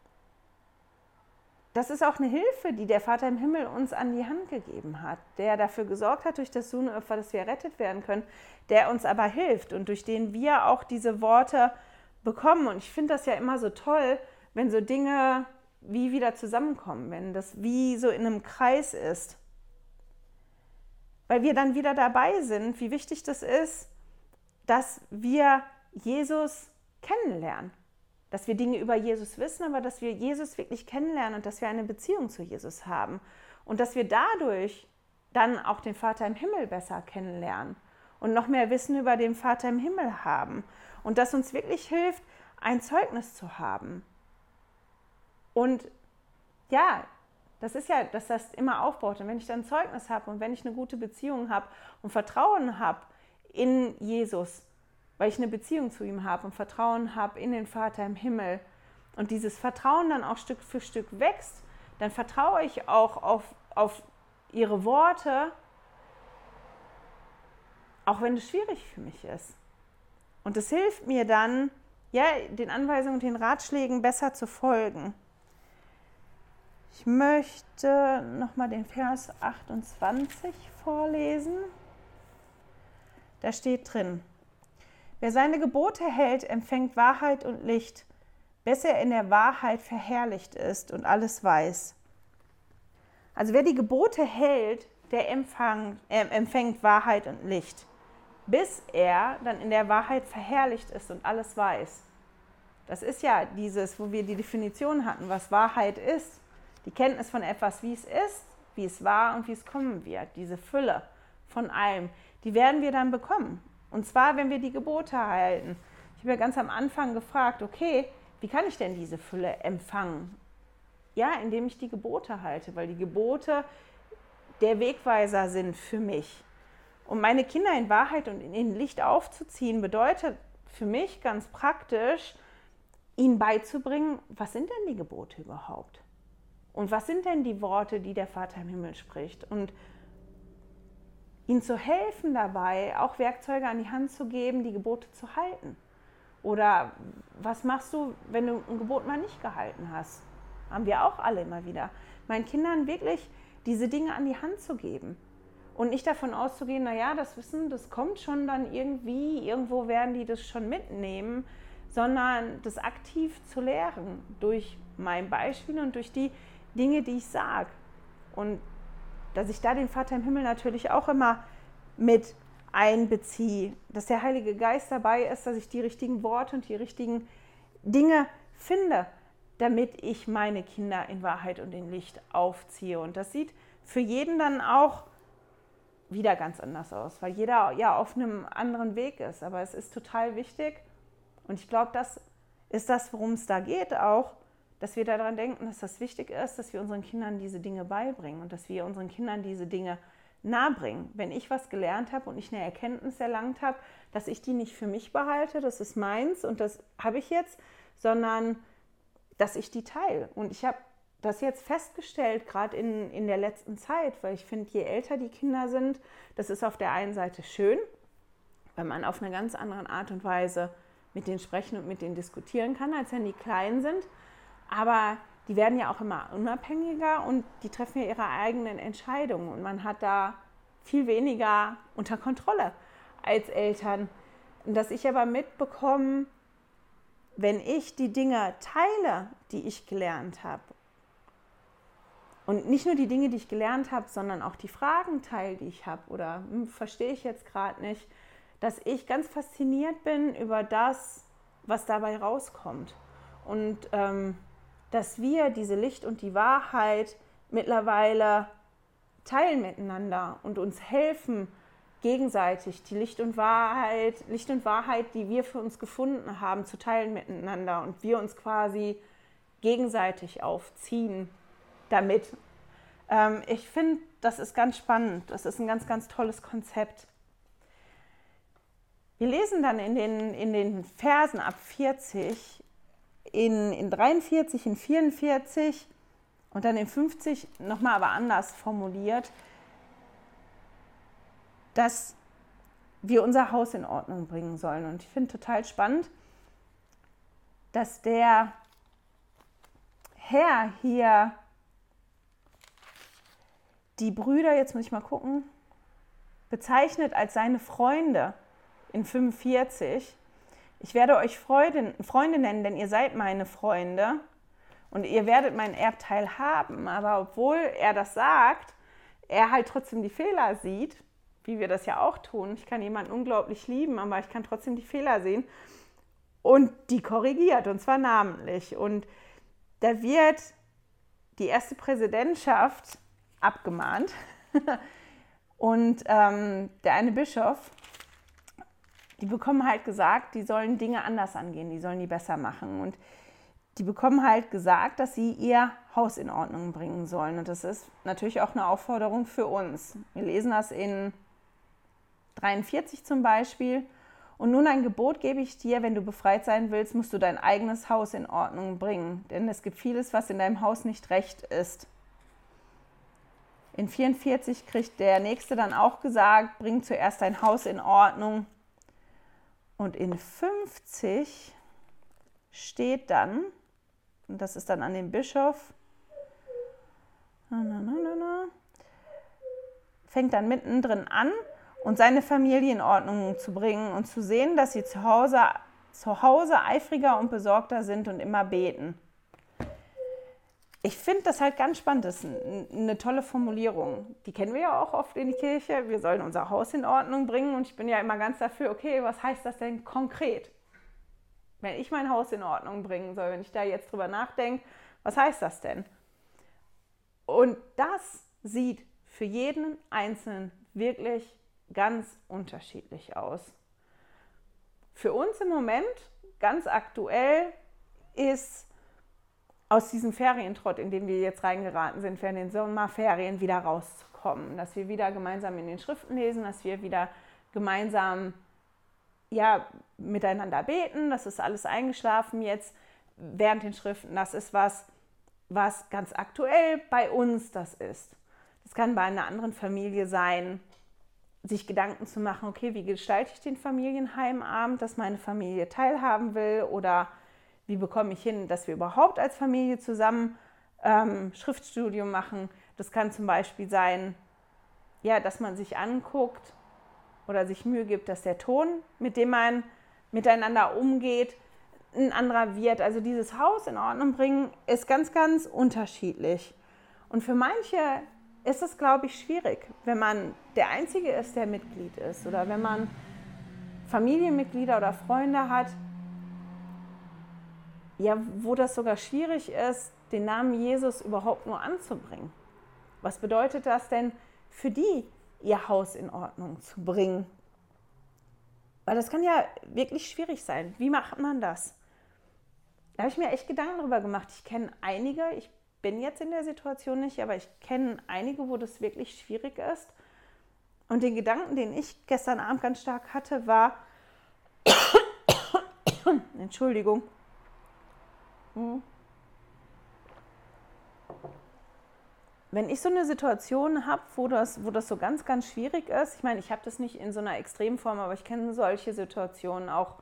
das ist auch eine Hilfe, die der Vater im Himmel uns an die Hand gegeben hat, der dafür gesorgt hat durch das Sühneopfer, dass wir errettet werden können, der uns aber hilft und durch den wir auch diese Worte bekommen. Und ich finde das ja immer so toll, wenn so Dinge wie wieder zusammenkommen, wenn das wie so in einem Kreis ist. Weil wir dann wieder dabei sind, wie wichtig das ist, dass wir Jesus kennenlernen. Dass wir Dinge über Jesus wissen, aber dass wir Jesus wirklich kennenlernen und dass wir eine Beziehung zu Jesus haben. Und dass wir dadurch dann auch den Vater im Himmel besser kennenlernen und noch mehr Wissen über den Vater im Himmel haben. Und das uns wirklich hilft, ein Zeugnis zu haben. Und ja, das ist ja, dass das immer aufbaut. Und wenn ich dann ein Zeugnis habe und wenn ich eine gute Beziehung habe und Vertrauen habe in Jesus, weil ich eine Beziehung zu ihm habe und Vertrauen habe in den Vater im Himmel und dieses Vertrauen dann auch Stück für Stück wächst, dann vertraue ich auch auf ihre Worte, auch wenn es schwierig für mich ist. Und es hilft mir dann, ja, den Anweisungen und den Ratschlägen besser zu folgen. Ich möchte nochmal den Vers 28 vorlesen. Da steht drin: Wer seine Gebote hält, empfängt Wahrheit und Licht, bis er in der Wahrheit verherrlicht ist und alles weiß. Also wer die Gebote hält, der empfängt Wahrheit und Licht. bis er dann in der Wahrheit verherrlicht ist und alles weiß. Das ist ja dieses, wo wir die Definition hatten, was Wahrheit ist. Die Kenntnis von etwas, wie es ist, wie es war und wie es kommen wird. Diese Fülle von allem, die werden wir dann bekommen. Und zwar, wenn wir die Gebote halten. Ich habe ja ganz am Anfang gefragt, okay, wie kann ich denn diese Fülle empfangen? Ja, indem ich die Gebote halte, weil die Gebote der Wegweiser sind für mich. Und meine Kinder in Wahrheit und in Licht aufzuziehen, bedeutet für mich ganz praktisch, ihnen beizubringen, was sind denn die Gebote überhaupt? Und was sind denn die Worte, die der Vater im Himmel spricht? Und ihnen zu helfen dabei, auch Werkzeuge an die Hand zu geben, die Gebote zu halten. Oder was machst du, wenn du ein Gebot mal nicht gehalten hast? Haben wir auch alle immer wieder. Meinen Kindern wirklich diese Dinge an die Hand zu geben. Und nicht davon auszugehen, naja, das Wissen, das kommt schon dann irgendwie, irgendwo werden die das schon mitnehmen, sondern das aktiv zu lehren durch mein Beispiel und durch die Dinge, die ich sage. Und dass ich da den Vater im Himmel natürlich auch immer mit einbeziehe, dass der Heilige Geist dabei ist, dass ich die richtigen Worte und die richtigen Dinge finde, damit ich meine Kinder in Wahrheit und in Licht aufziehe. Und das sieht für jeden dann auch wieder ganz anders aus, weil jeder ja auf einem anderen Weg ist. Aber es ist total wichtig und ich glaube, das ist das, worum es da geht auch, dass wir daran denken, dass das wichtig ist, dass wir unseren Kindern diese Dinge beibringen und dass wir unseren Kindern diese Dinge nahebringen. Wenn ich was gelernt habe und ich eine Erkenntnis erlangt habe, dass ich die nicht für mich behalte, das ist meins und das habe ich jetzt, sondern dass ich die teile. Und ich habe das jetzt festgestellt, gerade in der letzten Zeit, weil ich finde, je älter die Kinder sind, das ist auf der einen Seite schön, weil man auf eine ganz andere Art und Weise mit denen sprechen und mit denen diskutieren kann, als wenn die klein sind. Aber die werden ja auch immer unabhängiger und die treffen ja ihre eigenen Entscheidungen. Und man hat da viel weniger unter Kontrolle als Eltern. Und dass ich aber mitbekomme, wenn ich die Dinge teile, die ich gelernt habe, und nicht nur die Dinge, die ich gelernt habe, sondern auch die Fragen teile, die ich habe, oder verstehe ich jetzt gerade nicht, dass ich ganz fasziniert bin über das, was dabei rauskommt. Und dass wir diese Licht und die Wahrheit mittlerweile teilen miteinander und uns helfen, gegenseitig die Licht und Wahrheit, die wir für uns gefunden haben, zu teilen miteinander und wir uns quasi gegenseitig aufziehen damit. Ich finde, das ist ganz spannend. Das ist ein ganz, ganz tolles Konzept. Wir lesen dann in den Versen ab 40, in 43, in 44 und dann in 50 nochmal aber anders formuliert, dass wir unser Haus in Ordnung bringen sollen. Und ich finde total spannend, dass der Herr hier die Brüder, jetzt muss ich mal gucken, bezeichnet als seine Freunde in 45. Ich werde euch Freunde nennen, denn ihr seid meine Freunde und ihr werdet meinen Erbteil haben. Aber obwohl er das sagt, er halt trotzdem die Fehler sieht, wie wir das ja auch tun. Ich kann jemanden unglaublich lieben, aber ich kann trotzdem die Fehler sehen und die korrigiert, und zwar namentlich. Und da wird die erste Präsidentschaft abgemahnt und der eine Bischof, die bekommen halt gesagt, die sollen Dinge anders angehen, die sollen die besser machen. Und die bekommen halt gesagt, dass sie ihr Haus in Ordnung bringen sollen. Und das ist natürlich auch eine Aufforderung für uns. Wir lesen das in 43 zum Beispiel. Und nun ein Gebot gebe ich dir, wenn du befreit sein willst, musst du dein eigenes Haus in Ordnung bringen. Denn es gibt vieles, was in deinem Haus nicht recht ist. In 44 kriegt der Nächste dann auch gesagt, bring zuerst dein Haus in Ordnung. Und in 50 steht dann, und das ist dann an den Bischof, fängt dann mittendrin an, und seine Familie in Ordnung zu bringen und zu sehen, dass sie zu Hause eifriger und besorgter sind und immer beten. ich finde das halt ganz spannend. Das ist eine tolle Formulierung. Die kennen wir ja auch oft in die Kirche. Wir sollen unser Haus in Ordnung bringen. Und ich bin ja immer ganz dafür, okay, was heißt das denn konkret? Wenn ich mein Haus in Ordnung bringen soll, wenn ich da jetzt drüber nachdenke, was heißt das denn? Und das sieht für jeden Einzelnen wirklich ganz unterschiedlich aus. Für uns im Moment, ganz aktuell, ist aus diesem Ferientrott, in den wir jetzt reingeraten sind, während den Sommerferien wieder rauszukommen. Dass wir wieder gemeinsam in den Schriften lesen, dass wir wieder gemeinsam miteinander beten. Das ist alles eingeschlafen jetzt während den Schriften. Das ist was ganz aktuell bei uns das ist. Das kann bei einer anderen Familie sein, sich Gedanken zu machen, okay, wie gestalte ich den Familienheimabend, dass meine Familie teilhaben will, oder wie bekomme ich hin, dass wir überhaupt als Familie zusammen Schriftstudium machen. Das kann zum Beispiel sein, dass man sich anguckt oder sich Mühe gibt, dass der Ton, mit dem man miteinander umgeht, ein anderer wird. Also dieses Haus in Ordnung bringen ist ganz, ganz unterschiedlich. Und für manche ist es, glaube ich, schwierig, wenn man der Einzige ist, der Mitglied ist, oder wenn man Familienmitglieder oder Freunde hat, wo das sogar schwierig ist, den Namen Jesus überhaupt nur anzubringen. Was bedeutet das denn für die, ihr Haus in Ordnung zu bringen? Weil das kann ja wirklich schwierig sein. Wie macht man das? Da habe ich mir echt Gedanken darüber gemacht. Ich kenne einige, ich bin jetzt in der Situation nicht, aber ich kenne einige, wo das wirklich schwierig ist. Und den Gedanken, den ich gestern Abend ganz stark hatte, war, Entschuldigung, wenn ich so eine Situation habe, wo das so ganz, ganz schwierig ist, ich meine, ich habe das nicht in so einer Extremform, aber ich kenne solche Situationen auch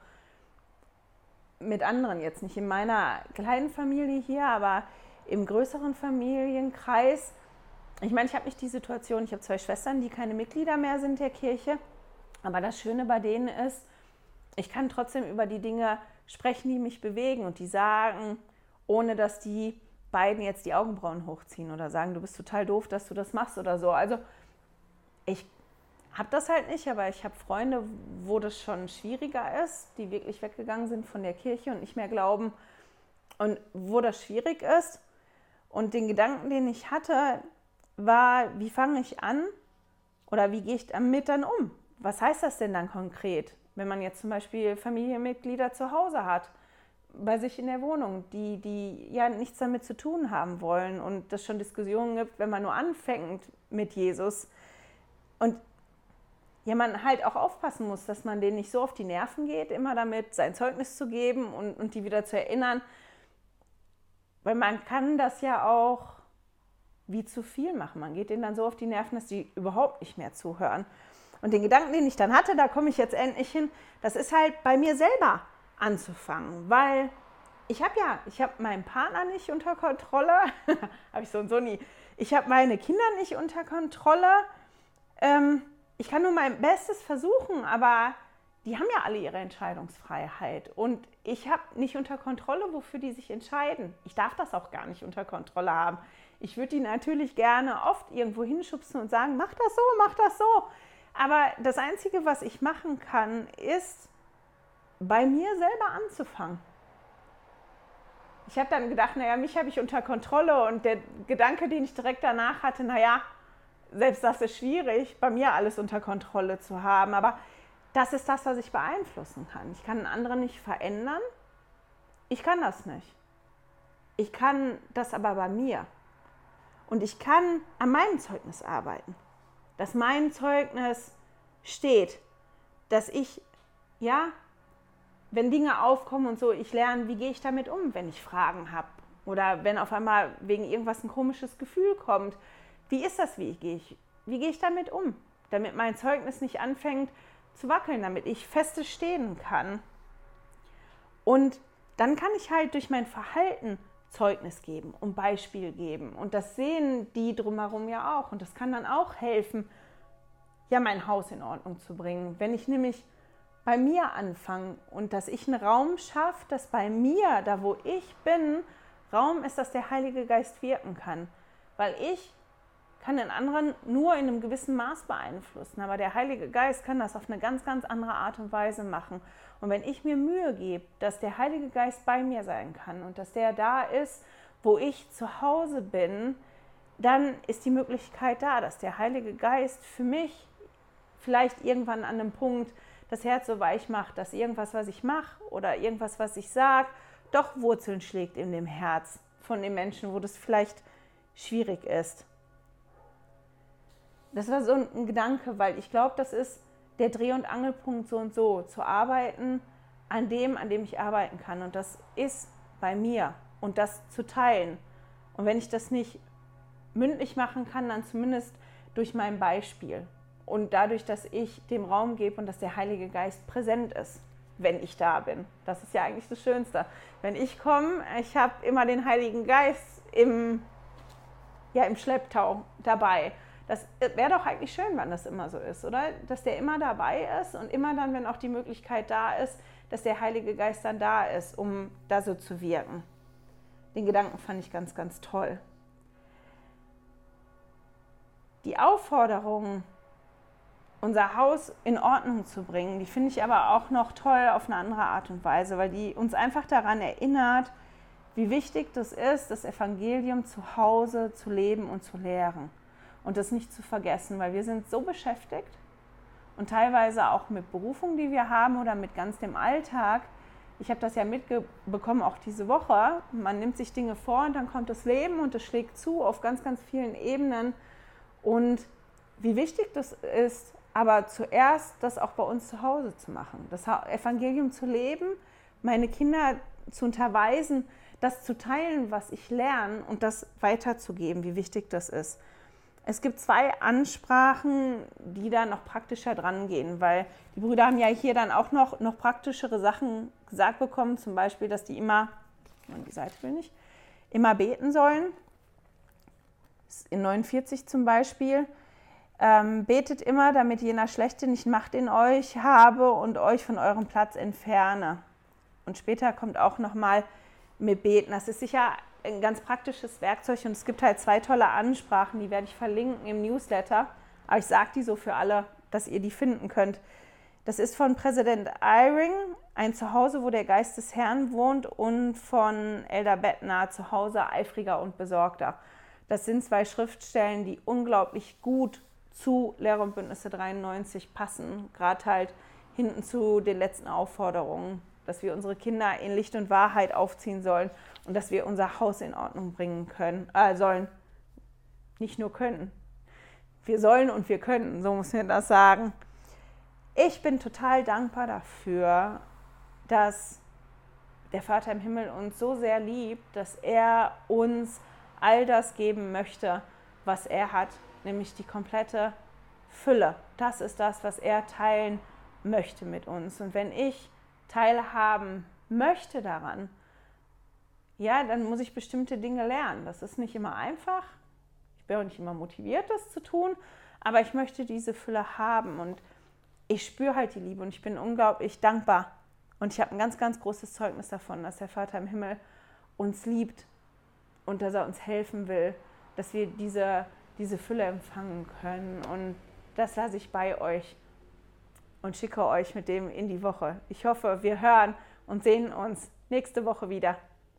mit anderen, jetzt nicht in meiner kleinen Familie hier, aber im größeren Familienkreis. Ich meine, ich habe nicht die Situation, ich habe 2 Schwestern, die keine Mitglieder mehr sind der Kirche, aber das Schöne bei denen ist, ich kann trotzdem über die Dinge sprechen, die mich bewegen, und die sagen, ohne dass die beiden jetzt die Augenbrauen hochziehen oder sagen, du bist total doof, dass du das machst oder so. Also ich habe das halt nicht, aber ich habe Freunde, wo das schon schwieriger ist, die wirklich weggegangen sind von der Kirche und nicht mehr glauben, und wo das schwierig ist. Und den Gedanken, den ich hatte, war, wie fange ich an oder wie gehe ich damit dann um? Was heißt das denn dann konkret, wenn man jetzt zum Beispiel Familienmitglieder zu Hause hat, bei sich in der Wohnung, die ja nichts damit zu tun haben wollen, und es schon Diskussionen gibt, wenn man nur anfängt mit Jesus, und man halt auch aufpassen muss, dass man denen nicht so auf die Nerven geht, immer damit sein Zeugnis zu geben und die wieder zu erinnern, weil man kann das ja auch wie zu viel machen. Man geht denen dann so auf die Nerven, dass die überhaupt nicht mehr zuhören. Und den Gedanken, den ich dann hatte, da komme ich jetzt endlich hin, das ist halt bei mir selber anzufangen, weil ich habe meinen Partner nicht unter Kontrolle, habe ich so und so nie. Ich habe meine Kinder nicht unter Kontrolle. Ich kann nur mein Bestes versuchen, aber die haben ja alle ihre Entscheidungsfreiheit, und ich habe nicht unter Kontrolle, wofür die sich entscheiden. Ich darf das auch gar nicht unter Kontrolle haben. Ich würde die natürlich gerne oft irgendwo hinschubsen und sagen, mach das so, mach das so. Aber das Einzige, was ich machen kann, ist, bei mir selber anzufangen. Ich habe dann gedacht, mich habe ich unter Kontrolle, und der Gedanke, den ich direkt danach hatte, selbst das ist schwierig, bei mir alles unter Kontrolle zu haben, aber das ist das, was ich beeinflussen kann. Ich kann einen anderen nicht verändern, ich kann das nicht. Ich kann das aber bei mir, und ich kann an meinem Zeugnis arbeiten, dass mein Zeugnis steht, dass ich, wenn Dinge aufkommen und so, ich lerne, wie gehe ich damit um, wenn ich Fragen habe, oder wenn auf einmal wegen irgendwas ein komisches Gefühl kommt. Wie ist das, wie gehe ich damit um, damit mein Zeugnis nicht anfängt zu wackeln, damit ich feste stehen kann. Und dann kann ich halt durch mein Verhalten Zeugnis geben und Beispiel geben. Und das sehen die drumherum ja auch. Und das kann dann auch helfen, mein Haus in Ordnung zu bringen. Wenn ich nämlich bei mir anfange und dass ich einen Raum schaffe, dass bei mir, da wo ich bin, Raum ist, dass der Heilige Geist wirken kann. Weil ich kann den anderen nur in einem gewissen Maß beeinflussen, aber der Heilige Geist kann das auf eine ganz, ganz andere Art und Weise machen. Und wenn ich mir Mühe gebe, dass der Heilige Geist bei mir sein kann und dass der da ist, wo ich zu Hause bin, dann ist die Möglichkeit da, dass der Heilige Geist für mich vielleicht irgendwann an einem Punkt das Herz so weich macht, dass irgendwas, was ich mache oder irgendwas, was ich sage, doch Wurzeln schlägt in dem Herz von den Menschen, wo das vielleicht schwierig ist. Das war so ein Gedanke, weil ich glaube, das ist der Dreh- und Angelpunkt so und so, zu arbeiten an dem ich arbeiten kann. Und das ist bei mir und das zu teilen. Und wenn ich das nicht mündlich machen kann, dann zumindest durch mein Beispiel. Und dadurch, dass ich dem Raum gebe und dass der Heilige Geist präsent ist, wenn ich da bin. Das ist ja eigentlich das Schönste. Wenn ich komme, ich habe immer den Heiligen Geist im Schlepptau dabei. Das wäre doch eigentlich schön, wenn das immer so ist, oder? Dass der immer dabei ist und immer dann, wenn auch die Möglichkeit da ist, dass der Heilige Geist dann da ist, um da so zu wirken. Den Gedanken fand ich ganz, ganz toll. Die Aufforderung, unser Haus in Ordnung zu bringen, die finde ich aber auch noch toll auf eine andere Art und Weise, weil die uns einfach daran erinnert, wie wichtig das ist, das Evangelium zu Hause zu leben und zu lehren. Und das nicht zu vergessen, weil wir sind so beschäftigt und teilweise auch mit Berufung, die wir haben oder mit ganz dem Alltag. Ich habe das ja mitbekommen, auch diese Woche. Man nimmt sich Dinge vor und dann kommt das Leben und es schlägt zu auf ganz, ganz vielen Ebenen. Und wie wichtig das ist, aber zuerst das auch bei uns zu Hause zu machen, das Evangelium zu leben, meine Kinder zu unterweisen, das zu teilen, was ich lerne und das weiterzugeben, wie wichtig das ist. Es gibt 2 Ansprachen, die da noch praktischer dran gehen, weil die Brüder haben ja hier dann auch noch praktischere Sachen gesagt bekommen, zum Beispiel, dass die immer beten sollen. In 49 zum Beispiel. Betet immer, damit jener Schlechte nicht Macht in euch habe und euch von eurem Platz entferne. Und später kommt auch nochmal mit Beten. Das ist sicher ein ganz praktisches Werkzeug und es gibt halt 2 tolle Ansprachen, die werde ich verlinken im Newsletter. Aber ich sage die so für alle, dass ihr die finden könnt. Das ist von Präsident Eyring, ein Zuhause, wo der Geist des Herrn wohnt, und von Elder Bettner, Zuhause eifriger und besorgter. Das sind 2 Schriftstellen, die unglaublich gut zu Lehre und Bündnisse 93 passen. Gerade halt hinten zu den letzten Aufforderungen, dass wir unsere Kinder in Licht und Wahrheit aufziehen sollen und dass wir unser Haus in Ordnung bringen sollen. Nicht nur können. Wir sollen und wir können, so muss man das sagen. Ich bin total dankbar dafür, dass der Vater im Himmel uns so sehr liebt, dass er uns all das geben möchte, was er hat, nämlich die komplette Fülle. Das ist das, was er teilen möchte mit uns. Und wenn ich teilhaben möchte daran, ja, dann muss ich bestimmte Dinge lernen. Das ist nicht immer einfach. Ich bin auch nicht immer motiviert, das zu tun, aber ich möchte diese Fülle haben und ich spüre halt die Liebe und ich bin unglaublich dankbar. Und ich habe ein ganz, ganz großes Zeugnis davon, dass der Vater im Himmel uns liebt und dass er uns helfen will, dass wir diese Fülle empfangen können. Und das lasse ich bei euch und schicke euch mit dem in die Woche. Ich hoffe, wir hören und sehen uns nächste Woche wieder.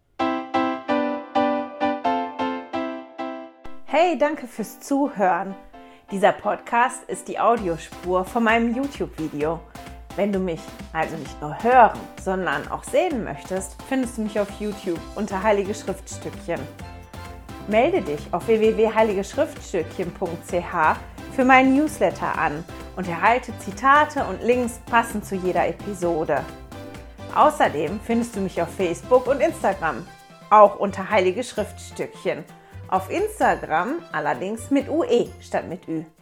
Hey, danke fürs Zuhören. Dieser Podcast ist die Audiospur von meinem YouTube-Video. Wenn du mich also nicht nur hören, sondern auch sehen möchtest, findest du mich auf YouTube unter Heilige Schriftstückchen. Melde dich auf www.heiligeschriftstückchen.ch für meinen Newsletter an und erhalte Zitate und Links passend zu jeder Episode. Außerdem findest du mich auf Facebook und Instagram, auch unter Heilige Schriftstückchen. Auf Instagram allerdings mit UE statt mit Ü.